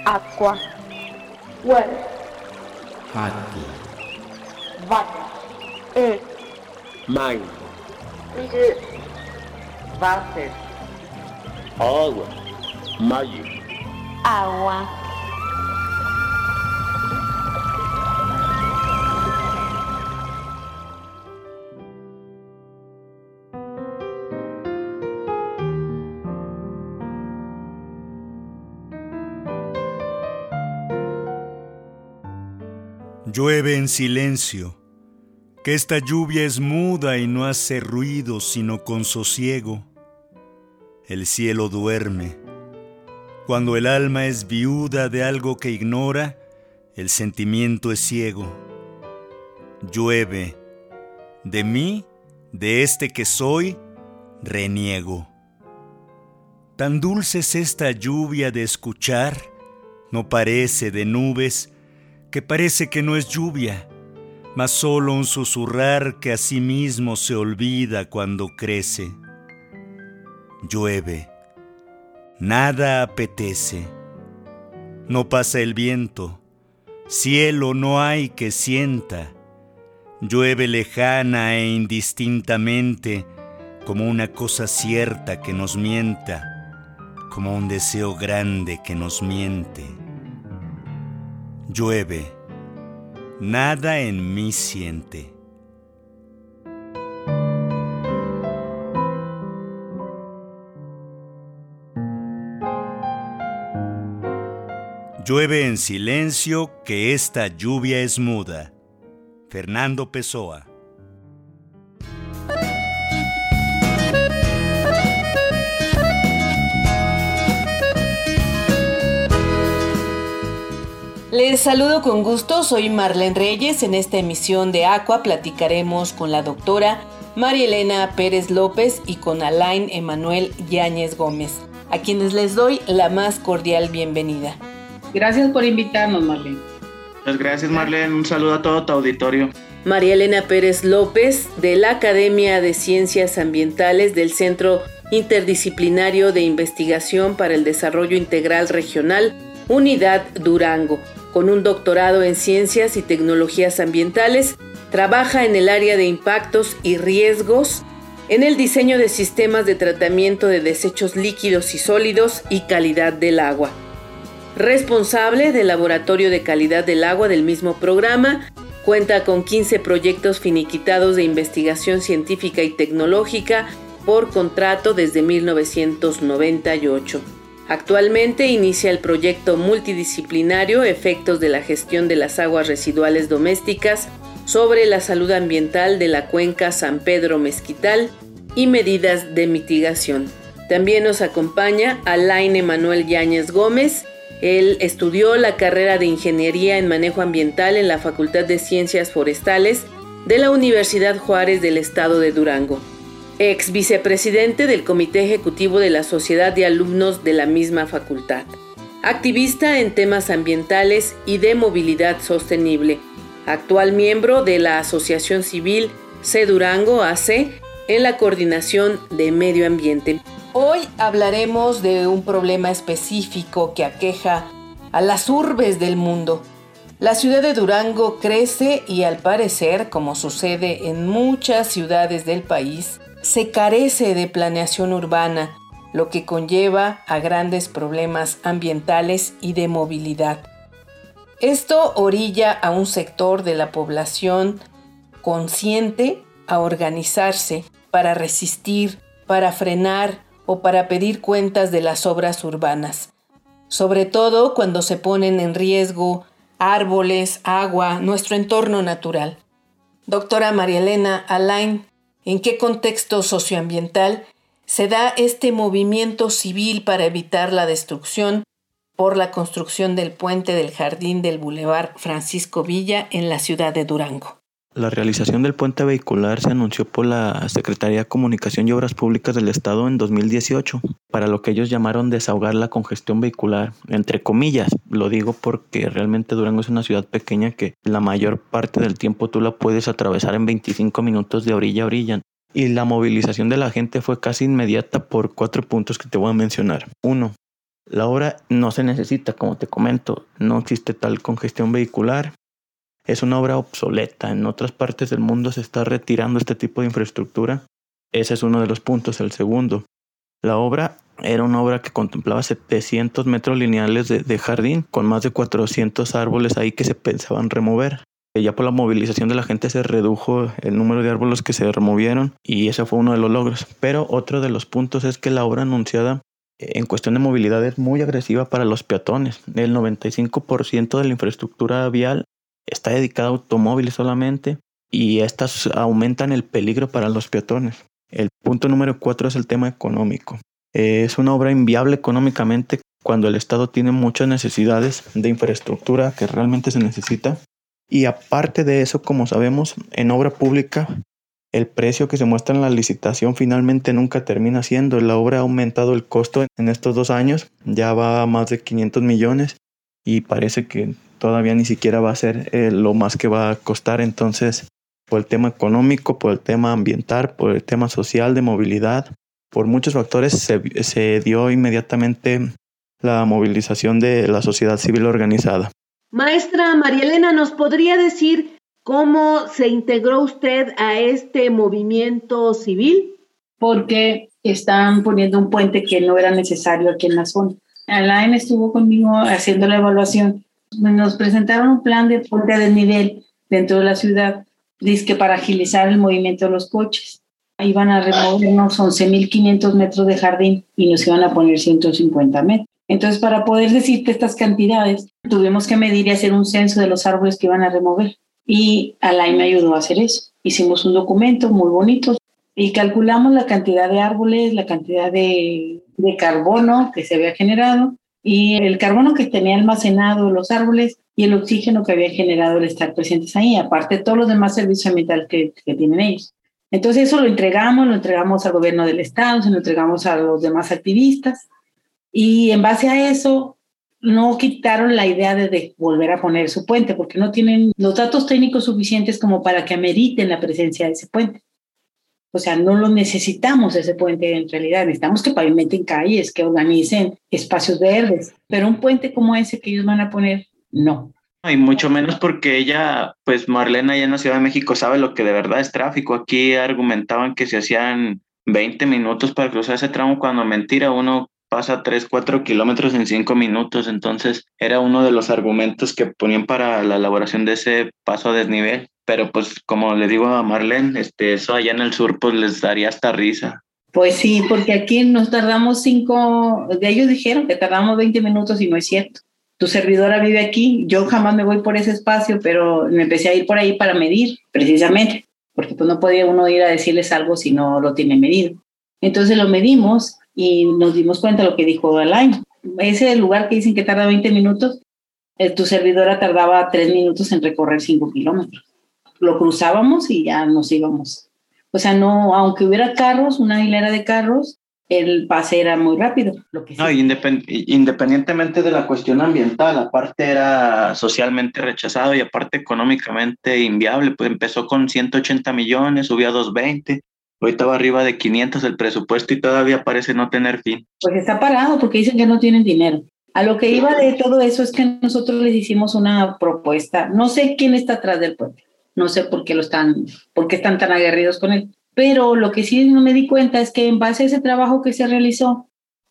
Aqua. Well. Hati. Water. Earth. Mind. Water. Agua. Magic. Agua. Llueve en silencio, que esta lluvia es muda y no hace ruido sino con sosiego. El cielo duerme. Cuando el alma es viuda de algo que ignora, el sentimiento es ciego. Llueve. De mí, de este que soy, reniego. Tan dulce es esta lluvia de escuchar, no parece de nubes, que parece que no es lluvia, mas solo un susurrar que a sí mismo se olvida cuando crece. Llueve. Nada apetece. No pasa el viento. Cielo no hay que sienta. Llueve lejana e indistintamente, como una cosa cierta que nos mienta, como un deseo grande que nos miente. Llueve. Nada en mí siente. Llueve en silencio, que esta lluvia es muda. Fernando Pessoa. Les saludo con gusto, soy Marlene Reyes. En esta emisión de Aqua platicaremos con la doctora María Elena Pérez López y con Alain Emanuel Yáñez Gómez, a quienes les doy la más cordial bienvenida. Gracias por invitarnos, Marlene. Muchas gracias, Marlene. Un saludo a todo tu auditorio. María Elena Pérez López, de la Academia de Ciencias Ambientales del Centro Interdisciplinario de Investigación para el Desarrollo Integral Regional, Unidad Durango. Con un doctorado en Ciencias y Tecnologías Ambientales, trabaja en el área de impactos y riesgos, en el diseño de sistemas de tratamiento de desechos líquidos y sólidos y calidad del agua. Responsable del Laboratorio de Calidad del Agua del mismo programa, cuenta con 15 proyectos finiquitados de investigación científica y tecnológica por contrato desde 1998. Actualmente inicia el proyecto multidisciplinario Efectos de la gestión de las aguas residuales domésticas sobre la salud ambiental de la cuenca San Pedro Mezquital y medidas de mitigación. También nos acompaña Alain Emanuel Yáñez Gómez. Él estudió la carrera de Ingeniería en Manejo Ambiental en la Facultad de Ciencias Forestales de la Universidad Juárez del Estado de Durango. Ex vicepresidente del Comité Ejecutivo de la Sociedad de Alumnos de la misma facultad. Activista en temas ambientales y de movilidad sostenible. Actual miembro de la Asociación Civil C Durango AC en la Coordinación de Medio Ambiente. Hoy hablaremos de un problema específico que aqueja a las urbes del mundo. La ciudad de Durango crece y, al parecer, como sucede en muchas ciudades del país, se carece de planeación urbana, lo que conlleva a grandes problemas ambientales y de movilidad. Esto orilla a un sector de la población consciente a organizarse para resistir, para frenar o para pedir cuentas de las obras urbanas, sobre todo cuando se ponen en riesgo árboles, agua, nuestro entorno natural. Doctora María Elena, Alain, ¿en qué contexto socioambiental se da este movimiento civil para evitar la destrucción por la construcción del puente del Jardín del Boulevard Francisco Villa en la ciudad de Durango? La realización del puente vehicular se anunció por la Secretaría de Comunicación y Obras Públicas del Estado en 2018, para lo que ellos llamaron desahogar la congestión vehicular, entre comillas. Lo digo porque realmente Durango es una ciudad pequeña que la mayor parte del tiempo tú la puedes atravesar en 25 minutos de orilla a orilla. Y la movilización de la gente fue casi inmediata por 4 puntos que te voy a mencionar. 1. La obra no se necesita, como te comento, no existe tal congestión vehicular. Es una obra obsoleta. En otras partes del mundo se está retirando este tipo de infraestructura. Ese es uno de los puntos. El segundo, la obra era una obra que contemplaba 700 metros lineales de jardín con más de 400 árboles ahí que se pensaban remover. Ya por la movilización de la gente se redujo el número de árboles que se removieron y ese fue uno de los logros. Pero otro de los puntos es que la obra anunciada en cuestión de movilidad es muy agresiva para los peatones. El 95% de la infraestructura vial está dedicada a automóviles solamente y estas aumentan el peligro para los peatones. El punto número 4 es el tema económico. Es una obra inviable económicamente cuando el Estado tiene muchas necesidades de infraestructura que realmente se necesita. Y aparte de eso, como sabemos, en obra pública, el precio que se muestra en la licitación finalmente nunca termina siendo. La obra ha aumentado el costo en estos 2 años, ya va a más de 500 millones y parece que todavía ni siquiera va a ser lo más que va a costar. Entonces, por el tema económico, por el tema ambiental, por el tema social de movilidad, por muchos factores se dio inmediatamente la movilización de la sociedad civil organizada. Maestra María Elena, ¿nos podría decir cómo se integró usted a este movimiento civil? Porque están poniendo un puente que no era necesario aquí en la zona. Alain estuvo conmigo haciendo la evaluación. Nos presentaron un plan de puente a desnivel dentro de la ciudad, dizque para agilizar el movimiento de los coches. Iban a remover unos 11.500 metros de jardín y nos iban a poner 150 metros. Entonces, para poder decirte estas cantidades, tuvimos que medir y hacer un censo de los árboles que iban a remover. Y Alain me ayudó a hacer eso. Hicimos un documento muy bonito y calculamos la cantidad de árboles, la cantidad de carbono que se había generado y el carbono que tenía almacenado los árboles y el oxígeno que había generado el estar presentes ahí, aparte de todos los demás servicios ambientales que tienen ellos. Entonces eso lo entregamos al gobierno del estado, se lo entregamos a los demás activistas y en base a eso no quitaron la idea de volver a poner su puente porque no tienen los datos técnicos suficientes como para que ameriten la presencia de ese puente. O sea, no lo necesitamos ese puente en realidad, necesitamos que pavimenten calles, que organicen espacios verdes, pero un puente como ese que ellos van a poner, no. Y mucho menos porque ella, pues Marlena, allá en la Ciudad de México sabe lo que de verdad es tráfico. Aquí argumentaban que se hacían 20 minutos para cruzar ese tramo cuando mentira, uno pasa 3-4 kilómetros en 5 minutos. Entonces era uno de los argumentos que ponían para la elaboración de ese paso a desnivel. Pero pues como le digo a Marlene, eso allá en el sur pues les daría hasta risa. Pues sí, porque aquí nos tardamos ellos dijeron que tardamos 20 minutos y no es cierto. Tu servidora vive aquí, yo jamás me voy por ese espacio, pero me empecé a ir por ahí para medir, precisamente, porque pues no podía uno ir a decirles algo si no lo tiene medido. Entonces lo medimos y nos dimos cuenta de lo que dijo Alain. Ese lugar que dicen que tarda 20 minutos, tu servidora tardaba 3 minutos en recorrer 5 kilómetros. Lo cruzábamos y ya nos íbamos. O sea, no, aunque hubiera carros, una hilera de carros, el pase era muy rápido. Lo que sí. No, independientemente de la cuestión ambiental, aparte era socialmente rechazado y aparte económicamente inviable, pues empezó con 180 millones, subió a 220, ahorita va arriba de 500 el presupuesto y todavía parece no tener fin. Pues está parado porque dicen que no tienen dinero. A lo que iba de todo eso es que nosotros les hicimos una propuesta. No sé quién está atrás del puente, no sé por qué están tan aguerridos con él. Pero lo que sí no me di cuenta es que en base a ese trabajo que se realizó,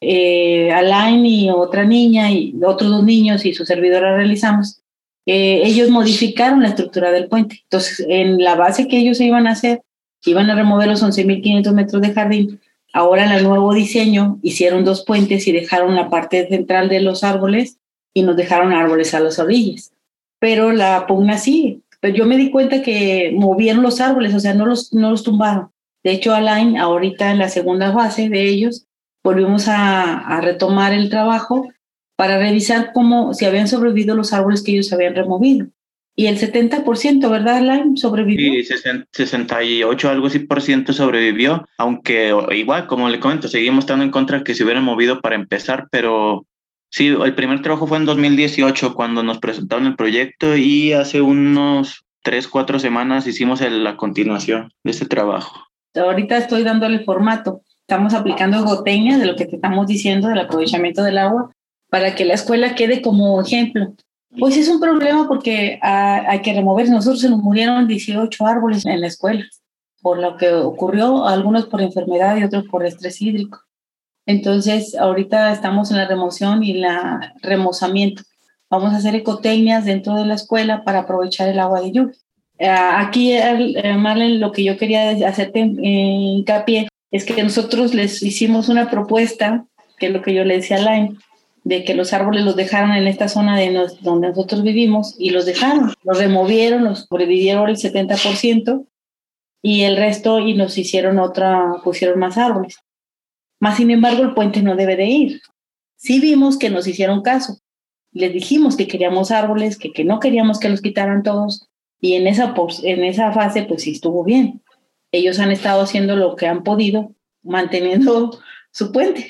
Alain y otra niña y otros 2 niños y su servidora realizamos, ellos modificaron la estructura del puente. Entonces, en la base que ellos iban a hacer, iban a remover los 11.500 metros de jardín. Ahora en el nuevo diseño hicieron 2 puentes y dejaron la parte central de los árboles y nos dejaron árboles a las orillas. Pero la pugna sigue. Pero yo me di cuenta que movieron los árboles, o sea, no los tumbaron. De hecho, Alain, ahorita en la segunda fase de ellos, volvimos a retomar el trabajo para revisar si habían sobrevivido los árboles que ellos habían removido. Y el 70%, ¿verdad, Alain? Sobrevivió. Sí, 68, algo así por ciento sobrevivió, aunque igual, como le comento, seguimos estando en contra de que se hubieran movido para empezar, pero sí, el primer trabajo fue en 2018 cuando nos presentaron el proyecto y hace unos 3-4 semanas hicimos la continuación de este trabajo. Ahorita estoy dándole formato. Estamos aplicando goteñas de lo que te estamos diciendo del aprovechamiento del agua para que la escuela quede como ejemplo. Pues es un problema porque hay que remover. Nosotros se nos murieron 18 árboles en la escuela, por lo que ocurrió, algunos por enfermedad y otros por estrés hídrico. Entonces, ahorita estamos en la remoción y la remozamiento. Vamos a hacer ecotecnias dentro de la escuela para aprovechar el agua de lluvia. Aquí, Marlene, lo que yo quería hacerte hincapié es que nosotros les hicimos una propuesta, que es lo que yo le decía a Lain, de que los árboles los dejaron en esta zona donde nosotros vivimos, y los dejaron, los removieron, los sobrevivieron el 70%, y el resto, y nos pusieron más árboles. Más sin embargo, el puente no debe de ir. Sí vimos que nos hicieron caso. Les dijimos que queríamos árboles, que no queríamos que los quitaran todos, y en esa fase pues sí estuvo bien. Ellos han estado haciendo lo que han podido, manteniendo su puente,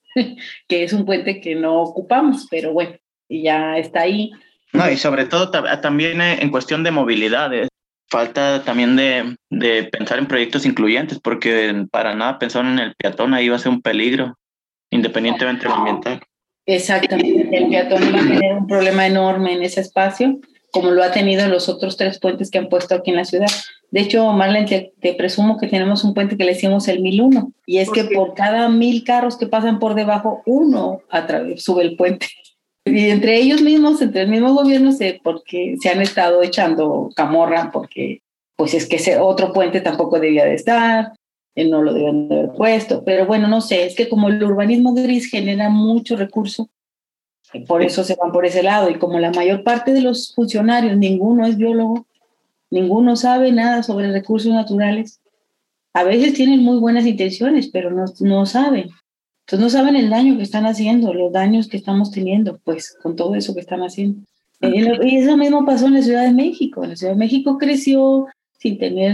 que es un puente que no ocupamos, pero bueno, ya está ahí. No, y sobre todo también en cuestión de movilidad, falta también de pensar en proyectos incluyentes, porque para nada pensaron en el peatón, ahí va a ser un peligro, independientemente del ambiental. Exactamente, el peatón va a tener un problema enorme en ese espacio, como lo ha tenido en los otros 3 puentes que han puesto aquí en la ciudad. De hecho, Marlene, te presumo que tenemos un puente que le decimos el 1001, y es que por cada 1000 carros que pasan por debajo, uno sube el puente. Y entre ellos mismos, entre el mismo gobierno, porque se han estado echando camorra, porque pues es que ese otro puente tampoco debía de estar, no lo debían de haber puesto, pero bueno, no sé, es que como el urbanismo gris genera mucho recurso, por eso se van por ese lado, y como la mayor parte de los funcionarios, ninguno es biólogo, ninguno sabe nada sobre recursos naturales, a veces tienen muy buenas intenciones, pero no saben. Entonces no saben el daño que están haciendo, los daños que estamos teniendo, pues, con todo eso que están haciendo. Y eso mismo pasó en la Ciudad de México. La Ciudad de México creció sin tener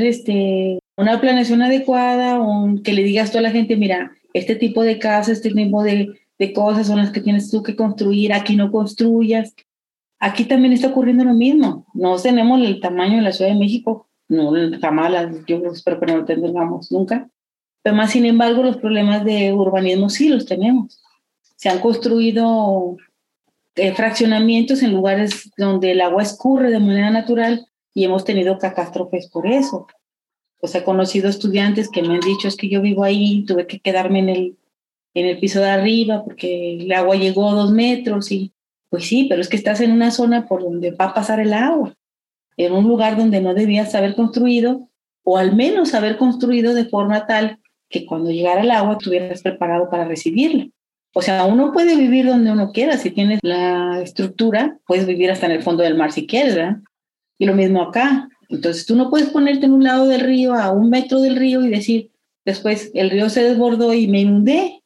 una planeación adecuada, que le digas tú a la gente, mira, este tipo de casas, este tipo de cosas son las que tienes tú que construir, aquí no construyas. Aquí también está ocurriendo lo mismo. No tenemos el tamaño de la Ciudad de México, no, jamás, yo espero que no lo tengamos nunca. Pero más sin embargo, los problemas de urbanismo sí los tenemos. Se han construido fraccionamientos en lugares donde el agua escurre de manera natural y hemos tenido catástrofes por eso. Pues he conocido estudiantes que me han dicho, es que yo vivo ahí, tuve que quedarme en el piso de arriba porque el agua llegó a 2 metros, y pues sí, pero es que estás en una zona por donde va a pasar el agua, en un lugar donde no debías haber construido, o al menos haber construido de forma tal que cuando llegara el agua estuvieras preparado para recibirla. O sea, uno puede vivir donde uno quiera, si tienes la estructura, puedes vivir hasta en el fondo del mar si quieres, ¿verdad? Y lo mismo acá. Entonces tú no puedes ponerte en un lado del río, a 1 metro del río, y decir, después el río se desbordó y me inundé.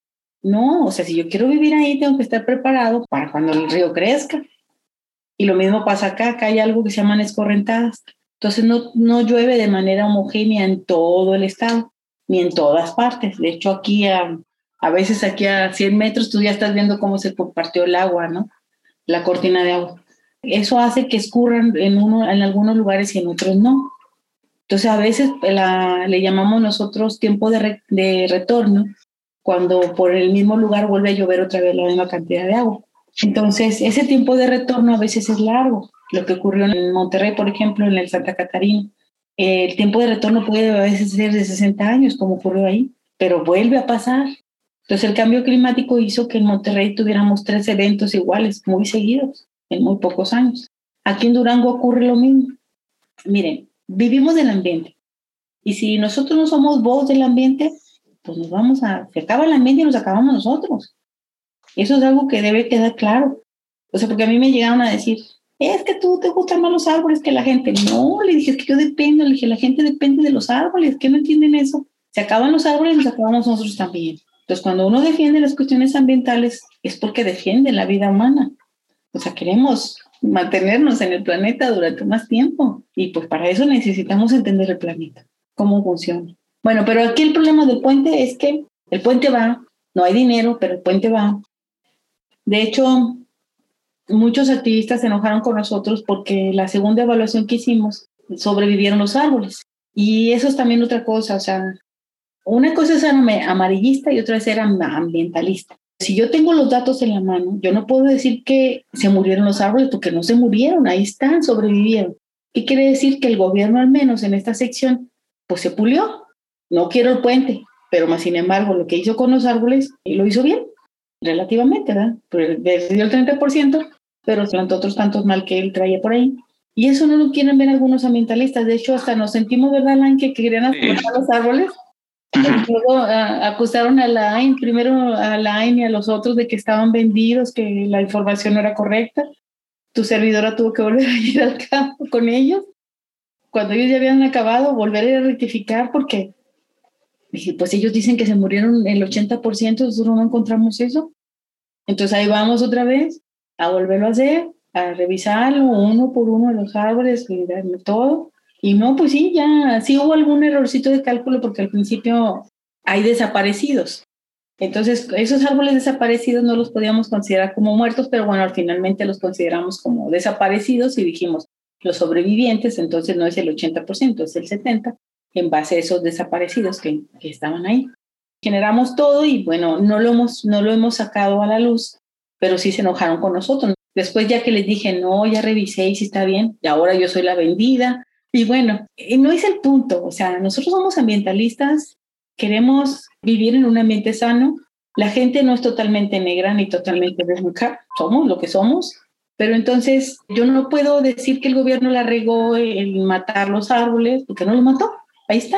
No, o sea, si yo quiero vivir ahí, tengo que estar preparado para cuando el río crezca. Y lo mismo pasa acá hay algo que se llaman escorrentadas. Entonces no llueve de manera homogénea en todo el estado, ni en todas partes. De hecho, aquí a veces aquí a 100 metros tú ya estás viendo cómo se compartió el agua, ¿no? La cortina de agua. Eso hace que escurran en algunos lugares y en otros no. Entonces a veces le llamamos nosotros tiempo de retorno, cuando por el mismo lugar vuelve a llover otra vez la misma cantidad de agua. Entonces ese tiempo de retorno a veces es largo. Lo que ocurrió en Monterrey, por ejemplo, en el Santa Catarina, el tiempo de retorno puede a veces ser de 60 años, como ocurrió ahí, pero vuelve a pasar. Entonces el cambio climático hizo que en Monterrey tuviéramos 3 eventos iguales, muy seguidos, en muy pocos años. Aquí en Durango ocurre lo mismo. Miren, vivimos del ambiente, y si nosotros no somos voz del ambiente, pues se acaba el ambiente y nos acabamos nosotros. Eso es algo que debe quedar claro. O sea, porque a mí me llegaron a decir, es que tú te gustan más los árboles que la gente. No, le dije, es que yo dependo. Le dije, la gente depende de los árboles. ¿Qué no entienden eso? Se acaban los árboles y nos acabamos nosotros también. Entonces, cuando uno defiende las cuestiones ambientales, es porque defiende la vida humana. O sea, queremos mantenernos en el planeta durante más tiempo. Y pues para eso necesitamos entender el planeta, cómo funciona. Bueno, pero aquí el problema del puente es que el puente va, no hay dinero, pero el puente va. De hecho, muchos activistas se enojaron con nosotros porque la segunda evaluación que hicimos sobrevivieron los árboles. Y eso es también otra cosa, o sea, una cosa es ser amarillista y otra es ser ambientalista. Si yo tengo los datos en la mano, yo no puedo decir que se murieron los árboles porque no se murieron, ahí están, sobrevivieron. ¿Qué quiere decir? Que el gobierno, al menos en esta sección, pues se pulió. No quiero el puente, pero más sin embargo, lo que hizo con los árboles, lo hizo bien, relativamente, ¿verdad? Decidió el 30%, pero plantó otros tantos mal que él traía por ahí. Y eso no lo quieren ver algunos ambientalistas. De hecho, hasta nos sentimos, ¿verdad, Alain, que querían apuntar los árboles? Y luego acusaron a la AIN, primero a la AIN y a los otros de que estaban vendidos, que la información no era correcta. Tu servidora tuvo que volver a ir al campo con ellos. Cuando ellos ya habían acabado, volver a rectificar porque dije, pues ellos dicen que se murieron el 80%, nosotros no encontramos eso. Entonces ahí vamos otra vez a volverlo a hacer, a revisarlo uno por uno de los árboles, todo. Y no, pues sí, ya sí hubo algún errorcito de cálculo porque al principio hay desaparecidos. Entonces, esos árboles desaparecidos no los podíamos considerar como muertos, pero bueno, finalmente los consideramos como desaparecidos y dijimos, los sobrevivientes, entonces no es el 80%, es el 70%, en base a esos desaparecidos que estaban ahí. Generamos todo y bueno, no lo hemos sacado a la luz, pero sí se enojaron con nosotros. Después ya que les dije, no, ya revisé y sí está bien, y ahora yo soy la vendida. Y bueno, no es el punto, o sea, nosotros somos ambientalistas, queremos vivir en un ambiente sano, la gente no es totalmente negra ni totalmente blanca, somos lo que somos, pero entonces yo no puedo decir que el gobierno la regó en matar los árboles, porque no los mató, ahí está.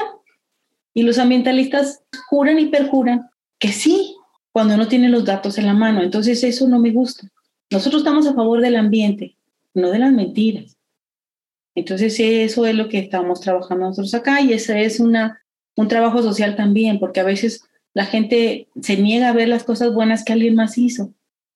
Y los ambientalistas juran y perjuran que sí, cuando no tienen los datos en la mano, entonces eso no me gusta. Nosotros estamos a favor del ambiente, no de las mentiras. Entonces eso es lo que estamos trabajando nosotros acá y ese es un trabajo social también, porque a veces la gente se niega a ver las cosas buenas que alguien más hizo,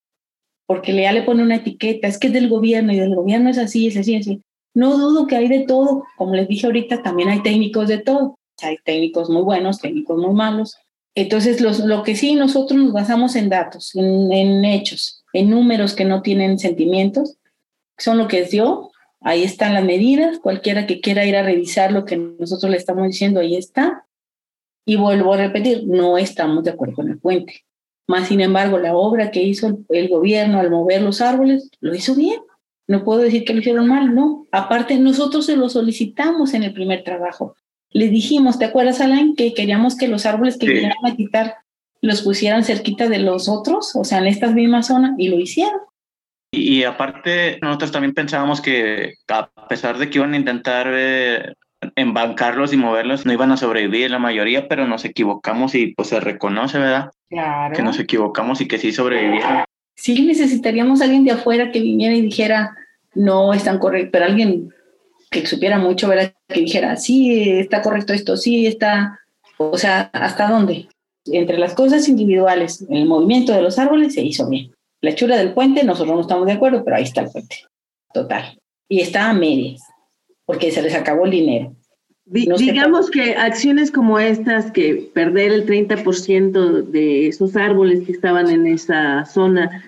porque ya le pone una etiqueta, es que es del gobierno y del gobierno es así, es así, es así. No dudo que hay de todo, como les dije ahorita, también hay técnicos de todo, hay técnicos muy buenos, técnicos muy malos. Entonces lo que sí nosotros nos basamos en datos, en hechos, en números que no tienen sentimientos, son lo que es yo. Ahí están las medidas, cualquiera que quiera ir a revisar lo que nosotros le estamos diciendo, ahí está. Y vuelvo a repetir, no estamos de acuerdo con el puente. Más sin embargo, la obra que hizo el gobierno al mover los árboles, lo hizo bien. No puedo decir que lo hicieron mal, no. Aparte, nosotros se lo solicitamos en el primer trabajo. Les dijimos, ¿te acuerdas, Alain, que queríamos que los árboles que vinieran a quitar los pusieran cerquita de los otros, o sea, en estas mismas zonas, y lo hicieron? Y aparte, nosotros también pensábamos que a pesar de que iban a intentar embancarlos y moverlos, no iban a sobrevivir la mayoría, pero nos equivocamos y pues se reconoce, ¿verdad? Claro. Que nos equivocamos y que sí sobrevivieron. Sí necesitaríamos a alguien de afuera que viniera y dijera, no están correctos, pero alguien que supiera mucho, ¿verdad? Que dijera, sí, está correcto esto, sí, está, o sea, ¿hasta dónde? Entre las cosas individuales, el movimiento de los árboles se hizo bien. La hechura del puente, nosotros no estamos de acuerdo, pero ahí está el puente, total. Y está a medias, porque se les acabó el dinero. Digamos que acciones como estas, que perder el 30% de esos árboles que estaban en esa zona,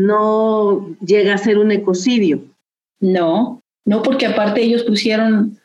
no llega a ser un ecocidio. No, porque aparte ellos pusieron,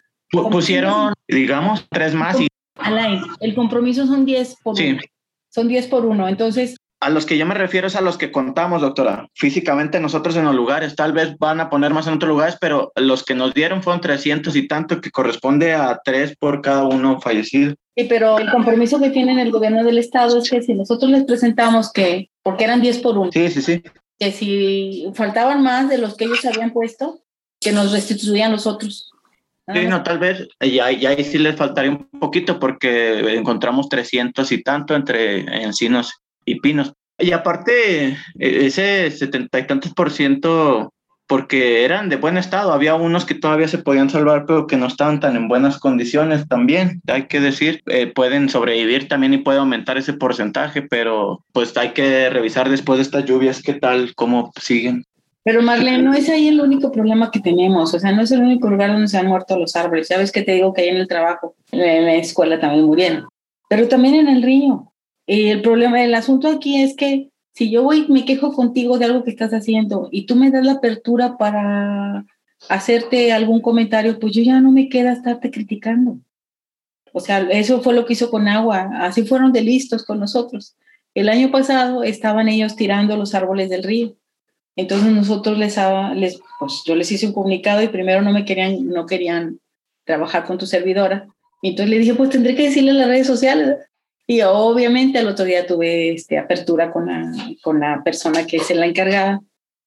digamos, 3 más. Alain, el compromiso son 10 por 1. Sí. Son 10 por 1, entonces... A los que yo me refiero es a los que contamos, doctora. Físicamente nosotros en los lugares, tal vez van a poner más en otros lugares, pero los que nos dieron fueron 300 y tanto, que corresponde a 3 por cada uno fallecido. Sí, pero el compromiso que tiene el gobierno del estado es que si nosotros les presentamos que, porque eran 10 por 1, sí, que si faltaban más de los que ellos habían puesto, que nos restituían los otros. Sí, no, tal vez, y ahí sí les faltaría un poquito porque encontramos 300 y tanto entre encinos y pinos. Y aparte, ese 70 y tantos %, porque eran de buen estado, había unos que todavía se podían salvar, pero que no estaban tan en buenas condiciones también, hay que decir, pueden sobrevivir también y puede aumentar ese porcentaje, pero pues hay que revisar después de estas lluvias qué tal, cómo siguen. Pero Marlene, no es ahí el único problema que tenemos, o sea, no es el único lugar donde se han muerto los árboles. Ya ves que te digo que ahí en el trabajo, en la escuela también murieron, pero también en el río. El problema, el asunto aquí es que si yo voy y me quejo contigo de algo que estás haciendo y tú me das la apertura para hacerte algún comentario, pues yo ya no me queda estarte criticando. O sea, eso fue lo que hizo con agua, así fueron de listos con nosotros. El año pasado estaban ellos tirando los árboles del río. Entonces nosotros pues yo les hice un comunicado y primero no querían trabajar con tu servidora. Y entonces le dije, pues tendré que decirle en las redes sociales. Y obviamente al otro día tuve apertura con la persona que es la encargada.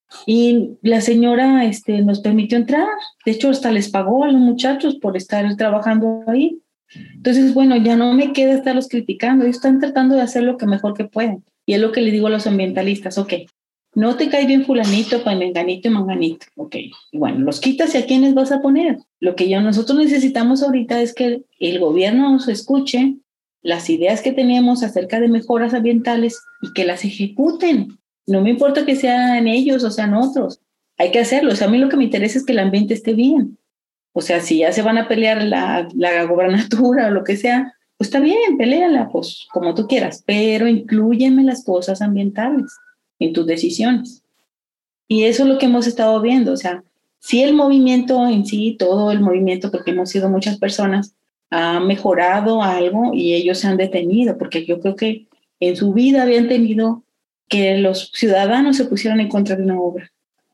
Y la señora nos permitió entrar. De hecho, hasta les pagó a los muchachos por estar trabajando ahí. Entonces, bueno, ya no me queda estarlos criticando. Ellos están tratando de hacer lo que mejor que pueden. Y es lo que le digo a los ambientalistas. Ok, no te cae bien fulanito, menganito y manganito. Ok, y bueno, los quitas y a quiénes vas a poner. Lo que nosotros necesitamos ahorita es que el gobierno nos escuche las ideas que tenemos acerca de mejoras ambientales y que las ejecuten. No me importa que sean ellos o sean otros. Hay que hacerlo. O sea, a mí lo que me interesa es que el ambiente esté bien. O sea, si ya se van a pelear la gobernatura o lo que sea, pues está bien, peléala, pues como tú quieras, pero inclúyeme las cosas ambientales en tus decisiones. Y eso es lo que hemos estado viendo. O sea, sí el movimiento en sí, todo el movimiento, porque hemos sido muchas personas, ha mejorado algo y ellos se han detenido, porque yo creo que en su vida habían tenido que los ciudadanos se pusieran en contra de una obra.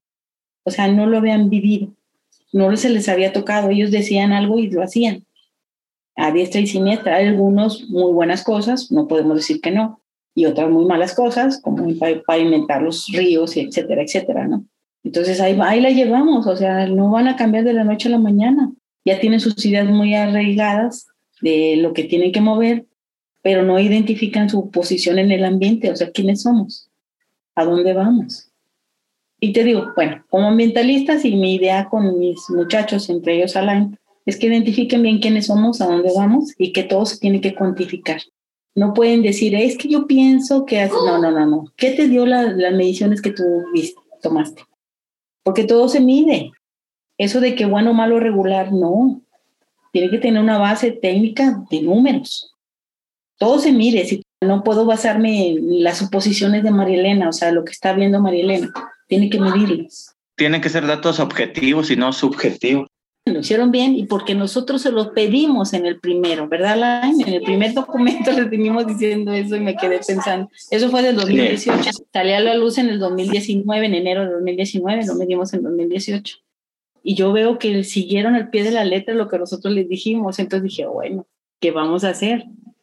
O sea, no lo habían vivido, no se les había tocado. Ellos decían algo y lo hacían, a diestra y siniestra. Hay algunos muy buenas cosas, no podemos decir que no, y otras muy malas cosas, como pavimentar los ríos, etcétera, etcétera, ¿no? Entonces ahí la llevamos, o sea, no van a cambiar de la noche a la mañana. Ya tienen sus ideas muy arraigadas de lo que tienen que mover, pero no identifican su posición en el ambiente, o sea, ¿quiénes somos? ¿A dónde vamos? Y te digo, bueno, como ambientalistas y mi idea con mis muchachos, entre ellos Alain, es que identifiquen bien quiénes somos, a dónde vamos y que todo se tiene que cuantificar. No pueden decir, es que yo pienso que... No. ¿Qué te dio las mediciones que tú tomaste? Porque todo se mide. Eso de que bueno, malo, regular, no. Tiene que tener una base técnica de números. Todo se mide. Si no puedo basarme en las suposiciones de María Elena, o sea, lo que está viendo María Elena, tiene que medirlos. Tienen que ser datos objetivos y no subjetivos. Lo hicieron bien y porque nosotros se los pedimos en el primero, ¿verdad, Alain? En el primer documento les venimos diciendo eso y me quedé pensando. Eso fue del 2018. Sí. Salió a la luz en el 2019, en enero de 2019, lo medimos en 2018. Y yo veo que siguieron al pie de la letra lo que nosotros les dijimos. Entonces dije, bueno, ¿qué vamos a hacer?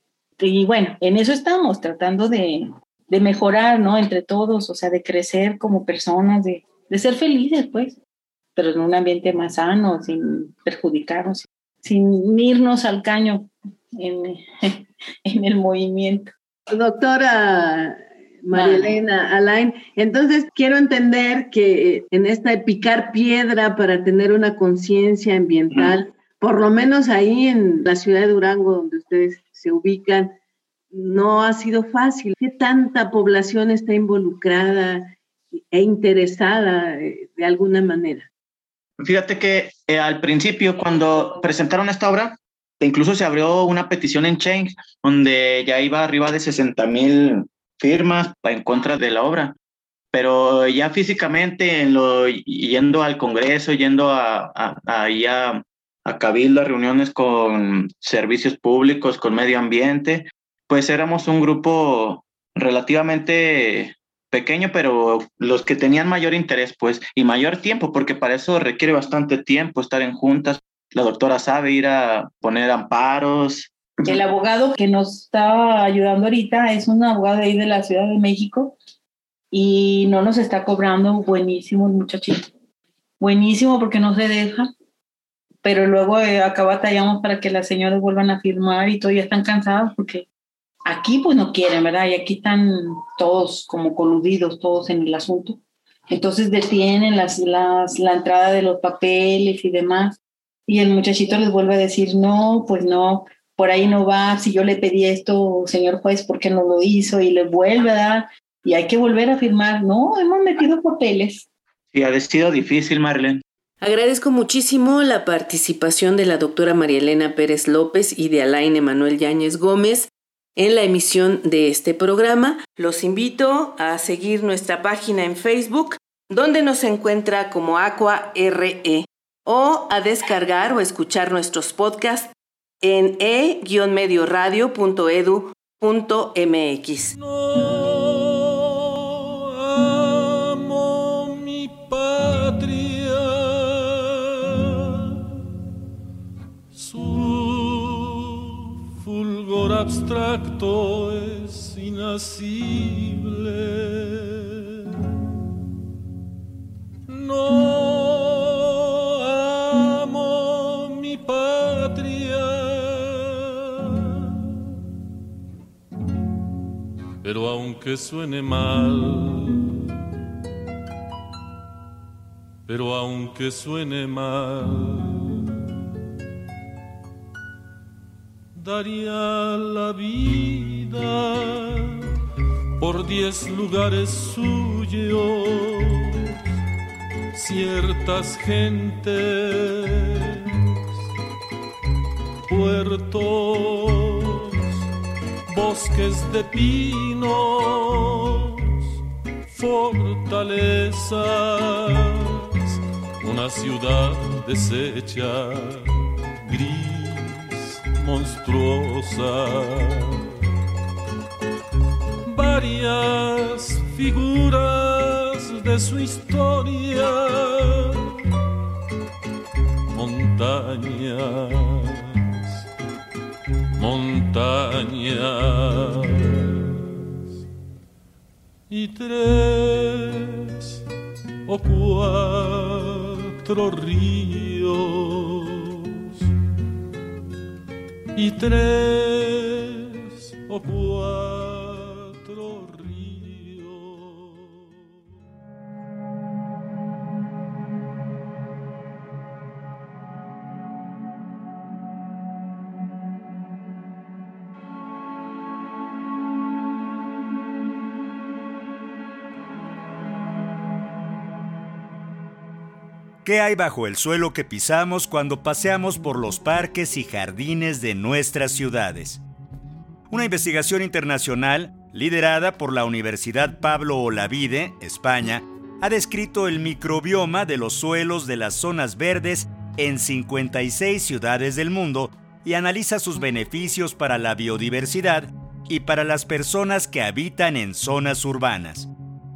Y bueno, en eso estamos, tratando de mejorar, ¿no? Entre todos, o sea, de crecer como personas, de ser felices, pues, pero en un ambiente más sano, sin perjudicarnos, sin irnos al caño en el movimiento. Doctora María Elena, Alain, entonces quiero entender que en esta de picar piedra para tener una conciencia ambiental, por lo menos ahí en la ciudad de Durango, donde ustedes se ubican, no ha sido fácil. ¿Qué tanta población está involucrada e interesada de alguna manera? Fíjate que al principio, cuando presentaron esta obra, incluso se abrió una petición en Change, donde ya iba arriba de 60,000 firmas en contra de la obra. Pero ya físicamente, yendo al Congreso, yendo a Cabildo, a reuniones con servicios públicos, con medio ambiente, pues éramos un grupo relativamente pequeño, pero los que tenían mayor interés, pues, y mayor tiempo, porque para eso requiere bastante tiempo estar en juntas. La doctora sabe ir a poner amparos. El abogado que nos está ayudando ahorita es un abogado de ahí de la Ciudad de México y no nos está cobrando. Buenísimo el muchachito. Buenísimo porque no se deja, pero luego acá batallamos para que las señoras vuelvan a firmar y todavía están cansadas porque aquí pues no quieren, ¿verdad? Y aquí están todos como coludidos, todos en el asunto. Entonces detienen la entrada de los papeles y demás. Y el muchachito les vuelve a decir, no, pues no, por ahí no va. Si yo le pedí esto, señor juez, ¿por qué no lo hizo? Y le vuelve a dar y hay que volver a firmar. No, hemos metido papeles. Sí, ha sido difícil, Marlene. Agradezco muchísimo la participación de la doctora María Elena Pérez López y de Alain Emanuel Yáñez Gómez en la emisión de este programa. Los invito a seguir nuestra página en Facebook, donde nos encuentra como Aqua RE, o a descargar o escuchar nuestros podcasts en e-medioradio.edu.mx. abstracto es inasible. No amo mi patria, pero aunque suene mal, daría la vida por 10 lugares suyos, ciertas gentes, puertos, bosques de pinos, fortalezas, una ciudad deshecha, gris, monstruosa, varias figuras de su historia, montañas y 3 o 4 ríos y 3 o 4 ríos. ¿Qué hay bajo el suelo que pisamos cuando paseamos por los parques y jardines de nuestras ciudades? Una investigación internacional, liderada por la Universidad Pablo Olavide, España, ha descrito el microbioma de los suelos de las zonas verdes en 56 ciudades del mundo y analiza sus beneficios para la biodiversidad y para las personas que habitan en zonas urbanas.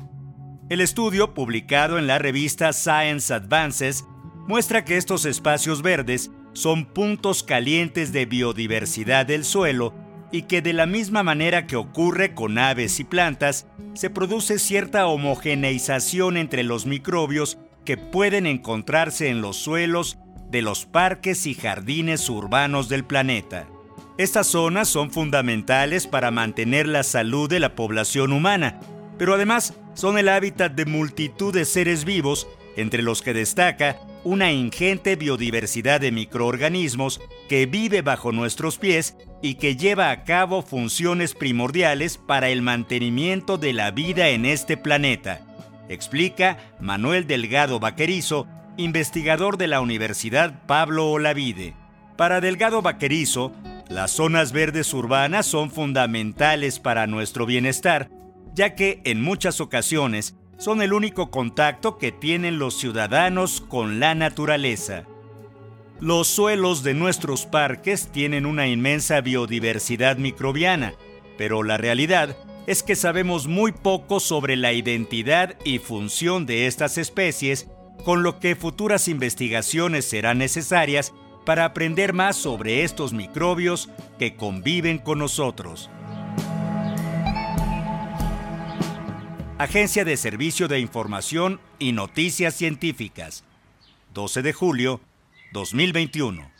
El estudio, publicado en la revista Science Advances, muestra que estos espacios verdes son puntos calientes de biodiversidad del suelo y que de la misma manera que ocurre con aves y plantas, se produce cierta homogeneización entre los microbios que pueden encontrarse en los suelos de los parques y jardines urbanos del planeta. Estas zonas son fundamentales para mantener la salud de la población humana, pero además son el hábitat de multitud de seres vivos, entre los que destaca una ingente biodiversidad de microorganismos que vive bajo nuestros pies y que lleva a cabo funciones primordiales para el mantenimiento de la vida en este planeta, explica Manuel Delgado Vaquerizo, investigador de la Universidad Pablo Olavide. Para Delgado Vaquerizo, las zonas verdes urbanas son fundamentales para nuestro bienestar, ya que en muchas ocasiones son el único contacto que tienen los ciudadanos con la naturaleza. Los suelos de nuestros parques tienen una inmensa biodiversidad microbiana, pero la realidad es que sabemos muy poco sobre la identidad y función de estas especies, con lo que futuras investigaciones serán necesarias para aprender más sobre estos microbios que conviven con nosotros. Agencia de Servicio de Información y Noticias Científicas, 12 de julio, 2021.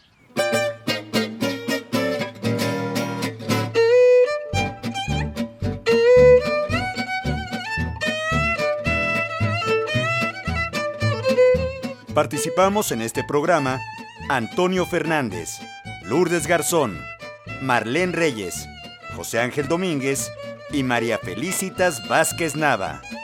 Participamos en este programa Antonio Fernández, Lourdes Garzón, Marlene Reyes, José Ángel Domínguez y María Felicitas Vázquez Nava.